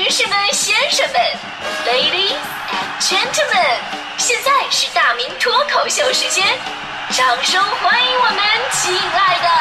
士们、先生们 ，Ladies and Gentlemen， 现在是大明脱口秀时间，掌声欢迎我们亲爱的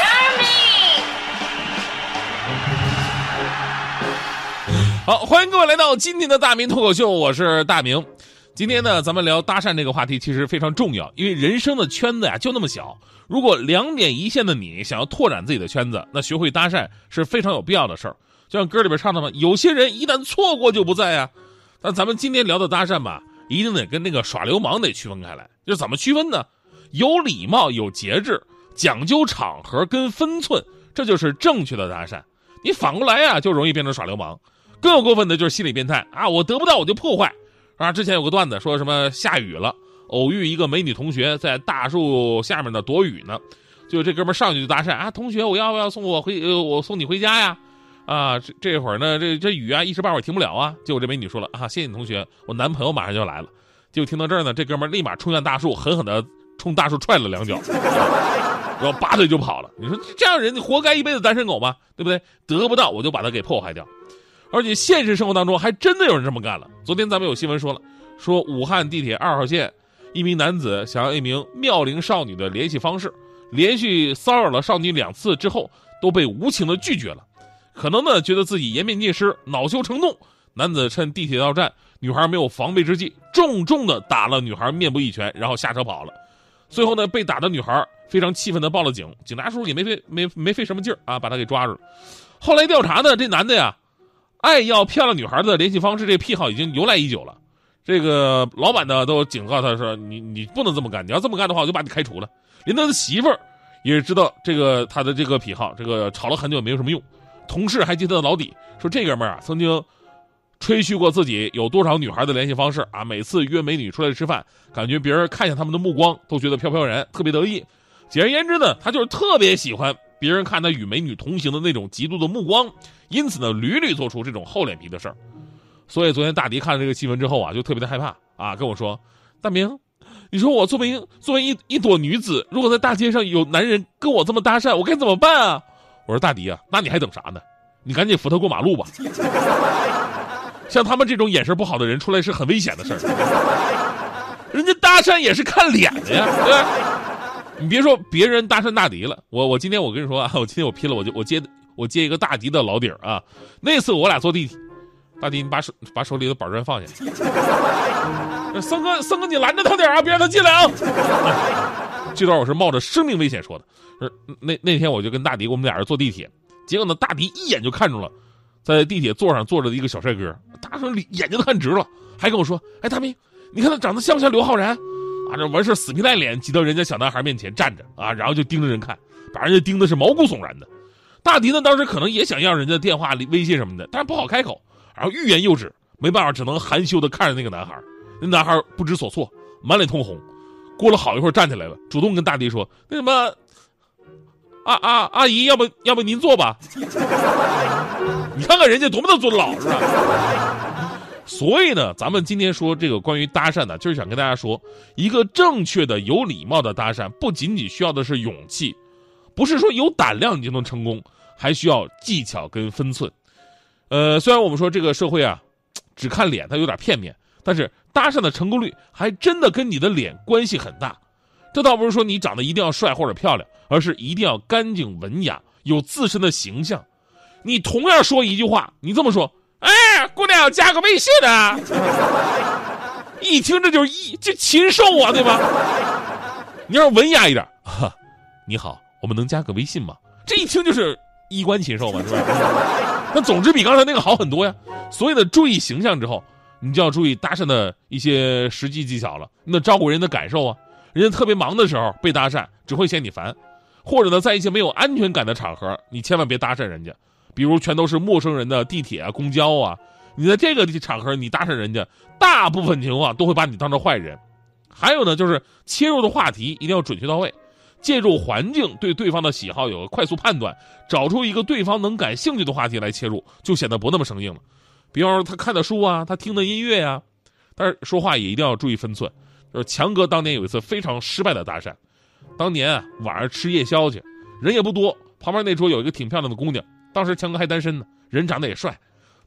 Starmin。 好，欢迎各位来到今天的大明脱口秀，我是大明。今天呢，咱们聊搭讪这个话题其实非常重要，因为人生的圈子呀就那么小，如果两点一线的你想要拓展自己的圈子，那学会搭讪是非常有必要的事儿。就像歌里边唱的嘛，有些人一旦错过就不在呀。但咱们今天聊的搭讪吧，一定得跟那个耍流氓得区分开来。就怎么区分呢？有礼貌、有节制，讲究场合跟分寸，这就是正确的搭讪。你反过来呀，就容易变成耍流氓。更有过分的就是心理变态啊！我得不到我就破坏啊！之前有个段子说什么下雨了，偶遇一个美女同学在大树下面呢躲雨呢，就这哥们上去就搭讪啊，同学我要不要送我送你回家呀？啊，这会儿呢这雨啊一时半会儿停不了啊。结果这美女说了啊，谢谢你同学，我男朋友马上就要来了。结果听到这儿呢，这哥们立马冲向大树，狠狠的冲大树踹了两脚，然后拔腿就跑了。你说这样人你活该一辈子单身狗吗？对不对？得不到我就把他给破坏掉。而且现实生活当中还真的有人这么干了。昨天咱们有新闻说了，说武汉地铁2号线一名男子想要一名妙龄少女的联系方式，连续骚扰了少女2次之后都被无情的拒绝了。可能呢觉得自己颜面尽失，恼羞成怒，男子趁地铁到站女孩没有防备之际，重重的打了女孩面部一拳，然后下车跑了。最后呢被打的女孩非常气愤的报了警，警察叔叔也没费什么劲儿啊，把他给抓住了。后来调查呢，这男的呀爱要漂亮女孩的联系方式，这癖好已经由来已久了。这个老板呢都警告他说，你不能这么干，你要这么干的话我就把你开除了。连他的媳妇儿也知道这个他的这个癖好，这个吵了很久也没有什么用。同事还记得老底，说这哥们儿啊曾经吹嘘过自己有多少女孩的联系方式啊，每次约美女出来吃饭，感觉别人看向他们的目光都觉得飘飘然，特别得意。简而言之呢，他就是特别喜欢别人看他与美女同行的那种嫉妒的目光，因此呢屡屡做出这种厚脸皮的事儿。所以昨天大迪看了这个新闻之后啊，就特别的害怕啊，跟我说，大明，你说我作为一朵女子，如果在大街上有男人跟我这么搭讪，我该怎么办啊？我说大迪啊，那你还等啥呢？你赶紧扶他过马路吧。像他们这种眼神不好的人出来是很危险的事儿。人家搭讪也是看脸的呀，对吧？你别说别人搭讪大迪了，我今天我跟你说啊，我今天我拼了，我接一个大迪的老底儿啊。那次我俩坐地铁，大迪你把手里的板砖放下。森哥你拦着他点啊，别让他进来啊。这段我是冒着生命危险说的。那天我就跟大迪我们俩人坐地铁，结果呢大迪一眼就看中了在地铁座上坐着的一个小帅哥，大声眼睛都看直了，还跟我说，哎大明，你看他长得像不像刘昊然啊？这完事死皮赖脸挤到人家小男孩面前站着啊，然后就盯着人看，把人家盯的是毛骨悚然的。大迪呢当时可能也想要人家的电话微信什么的，但是不好开口，然后欲言又止，没办法只能含羞的看着那个男孩。那男孩不知所措，满脸通红，过了好一会儿站起来了，主动跟大迪说，那什么阿姨，要不您坐吧。你看看人家多么的尊老，是吧？所以呢，咱们今天说这个关于搭讪呢，就是想跟大家说，一个正确的有礼貌的搭讪，不仅仅需要的是勇气，不是说有胆量你就能成功，还需要技巧跟分寸。虽然我们说这个社会啊，只看脸它有点片面，但是搭讪的成功率还真的跟你的脸关系很大。这倒不是说你长得一定要帅或者漂亮，而是一定要干净文雅，有自身的形象。你同样说一句话，你这么说，哎，姑娘加个微信啊，一听这就是这禽兽啊，对吧？你要文雅一点，你好，我们能加个微信吗？这一听就是衣冠禽兽嘛，是吧？那总之比刚才那个好很多呀。所以呢，注意形象之后，你就要注意搭讪的一些实际技巧了。那照顾人的感受啊，人家特别忙的时候被搭讪，只会嫌你烦。或者呢，在一些没有安全感的场合，你千万别搭讪人家。比如全都是陌生人的地铁啊、公交啊，你在这个场合你搭讪人家，大部分情况都会把你当成坏人。还有呢，就是切入的话题一定要准确到位，借助环境对对方的喜好有个快速判断，找出一个对方能感兴趣的话题来切入，就显得不那么生硬了。比方说他看的书啊，他听的音乐啊，但是说话也一定要注意分寸。就是强哥当年有一次非常失败的搭讪，当年啊晚上吃夜宵去，人也不多，旁边那桌有一个挺漂亮的姑娘，当时强哥还单身呢，人长得也帅，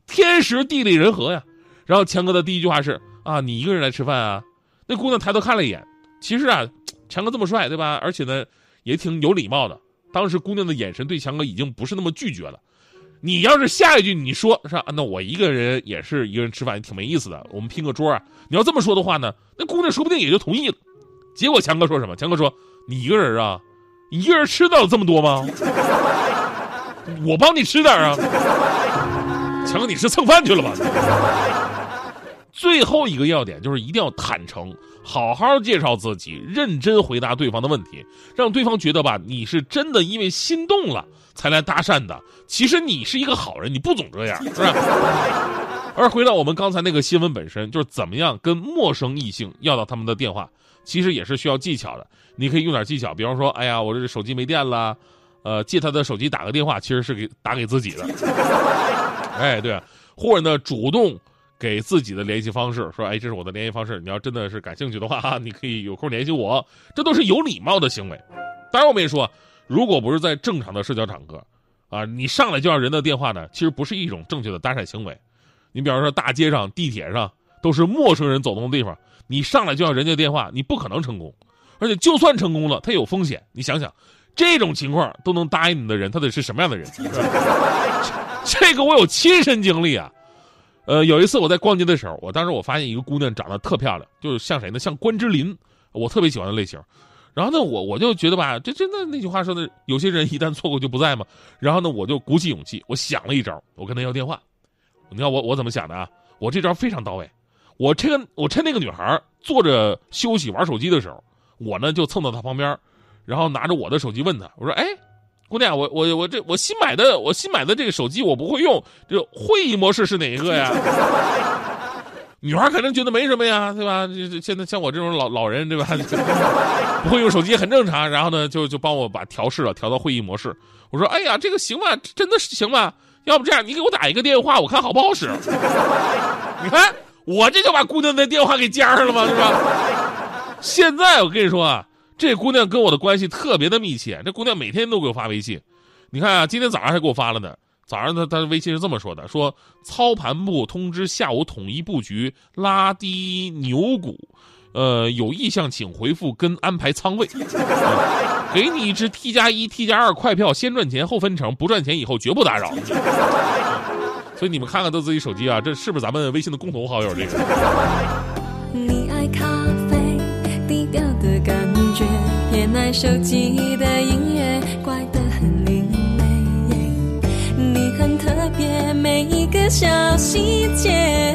天时地利人和呀。然后强哥的第一句话是啊，你一个人来吃饭啊？那姑娘抬头看了一眼，其实啊，强哥这么帅，对吧？而且呢，也挺有礼貌的。当时姑娘的眼神对强哥已经不是那么拒绝了。你要是下一句你说是那我一个人也是一个人吃饭，挺没意思的，我们拼个桌啊。你要这么说的话呢，那姑娘说不定也就同意了。结果强哥说什么？强哥说你一个人啊，你一个人吃到了这么多吗？我帮你吃点啊。强哥，你是蹭饭去了吧？最后一个要点就是一定要坦诚，好好介绍自己，认真回答对方的问题，让对方觉得吧，你是真的因为心动了才来搭讪的。其实你是一个好人，你不总这样，是吧？而回到我们刚才那个新闻本身，就是怎么样跟陌生异性要到他们的电话，其实也是需要技巧的。你可以用点技巧，比方说，哎呀，我这手机没电了，借他的手机打个电话，其实是打给自己的。哎，对，或者呢，主动给自己的联系方式，说，哎，这是我的联系方式，你要真的是感兴趣的话，你可以有空联系我，这都是有礼貌的行为。当然我们也说，如果不是在正常的社交场合啊，你上来就要人的电话呢，其实不是一种正确的搭讪行为。你比方说大街上、地铁上都是陌生人走动的地方，你上来就要人家电话，你不可能成功。而且就算成功了，它有风险。你想想，这种情况都能答应你的人，他得是什么样的人？这个我有亲身经历啊。有一次我在逛街的时候，当时我发现一个姑娘长得特漂亮，就是像谁呢？像关之琳，我特别喜欢的类型。然后呢，我就觉得吧，这真的那句话说的，有些人一旦错过就不在嘛。然后呢，我就鼓起勇气，我想了一招，我跟她要电话。你看我怎么想的啊？我这招非常到位。我趁那个女孩坐着休息玩手机的时候，我呢就蹭到她旁边，然后拿着我的手机问她，我说：“哎，姑娘，我新买的这个手机我不会用，这会议模式是哪一个呀？”女孩可能觉得没什么呀，对吧？现在像我这种老人，对吧？不会用手机很正常。然后呢，就帮我把调到会议模式。我说：“哎呀，这个行吗？真的是行吗？要不这样，你给我打一个电话，我看好不好使。”你看，我这就把姑娘的电话给加上了嘛，是吧？现在我跟你说啊，这姑娘跟我的关系特别的密切，这姑娘每天都给我发微信。你看啊，今天早上还给我发了呢。早上她微信是这么说的，说操盘部通知下午统一布局拉低牛股，有意向请回复跟安排仓位，给你一支 T+1、T+2 快票，先赚钱后分成，不赚钱以后绝不打扰。所以你们看看都自己手机啊，这是不是咱们微信的共同好友？这个。 你爱咖啡，低调的感觉，偏爱手机的音乐，怪得很另类。你很特别，每一个小细节，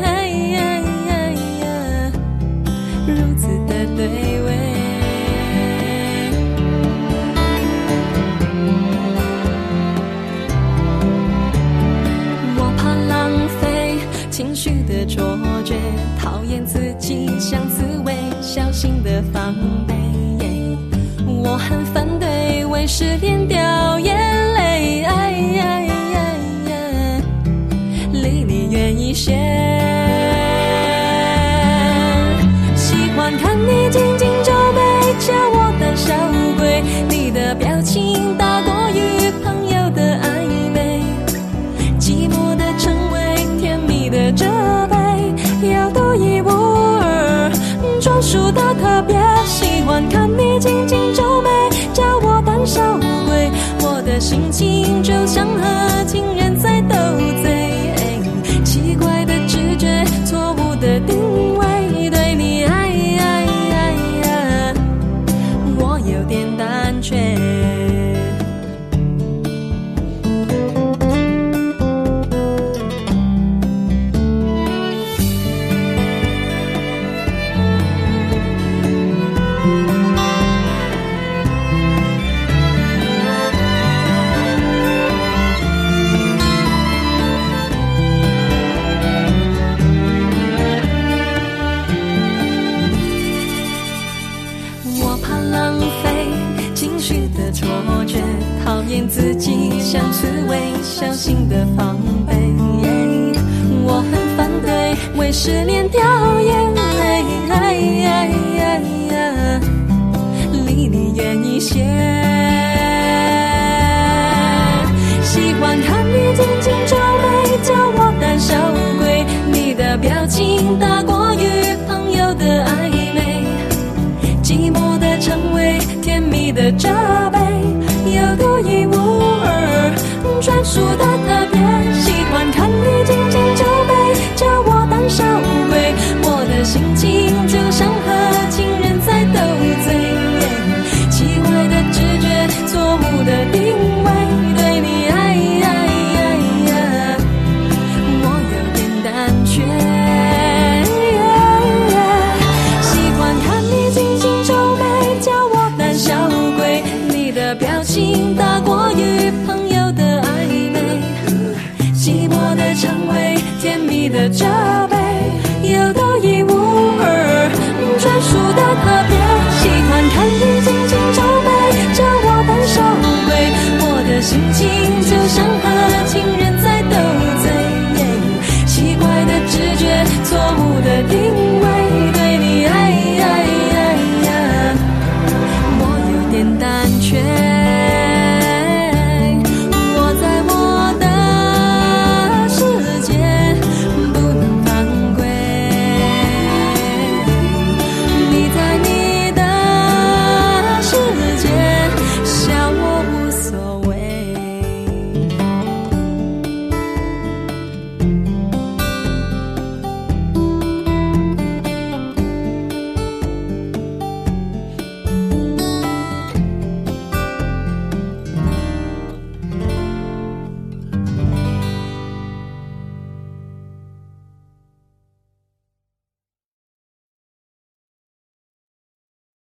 如此的对味。我怕浪费情绪的错觉，讨厌自己像刺猬，小心的防备。我很反对为失恋掉眼泪，离你远一些。喜欢看你紧紧皱眉，叫我胆小鬼。你的表情大过于朋友的暧昧，寂寞的称谓，甜蜜的责备，要独一无二，专属的特别。喜欢看你紧紧皱眉，叫我胆小鬼。我的心情就像和情人在斗嘴。奇怪的直觉，错误的定位，对你我有点胆怯。讨厌自己像刺猬，小心的防备。我很反对为失恋掉眼泪，离你远一些。喜欢看你紧紧皱眉，叫我胆小鬼，你的表情大过于朋友的暧昧，寂寞的称谓，甜蜜的责备，有独一无二，专属的特别。喜欢看你紧紧就背，叫我胆小鬼，我的心情就像和情人在斗嘴。奇怪的直觉，错误的定位，对你我有点胆怯。喜欢看你紧紧皱眉，叫我胆小鬼，你的表情大过于朋友的暧昧，寂寞的称谓，甜蜜的责备，有独一无二，专属的特别。喜欢看你紧紧皱眉，叫我胆小鬼，我的心情就像和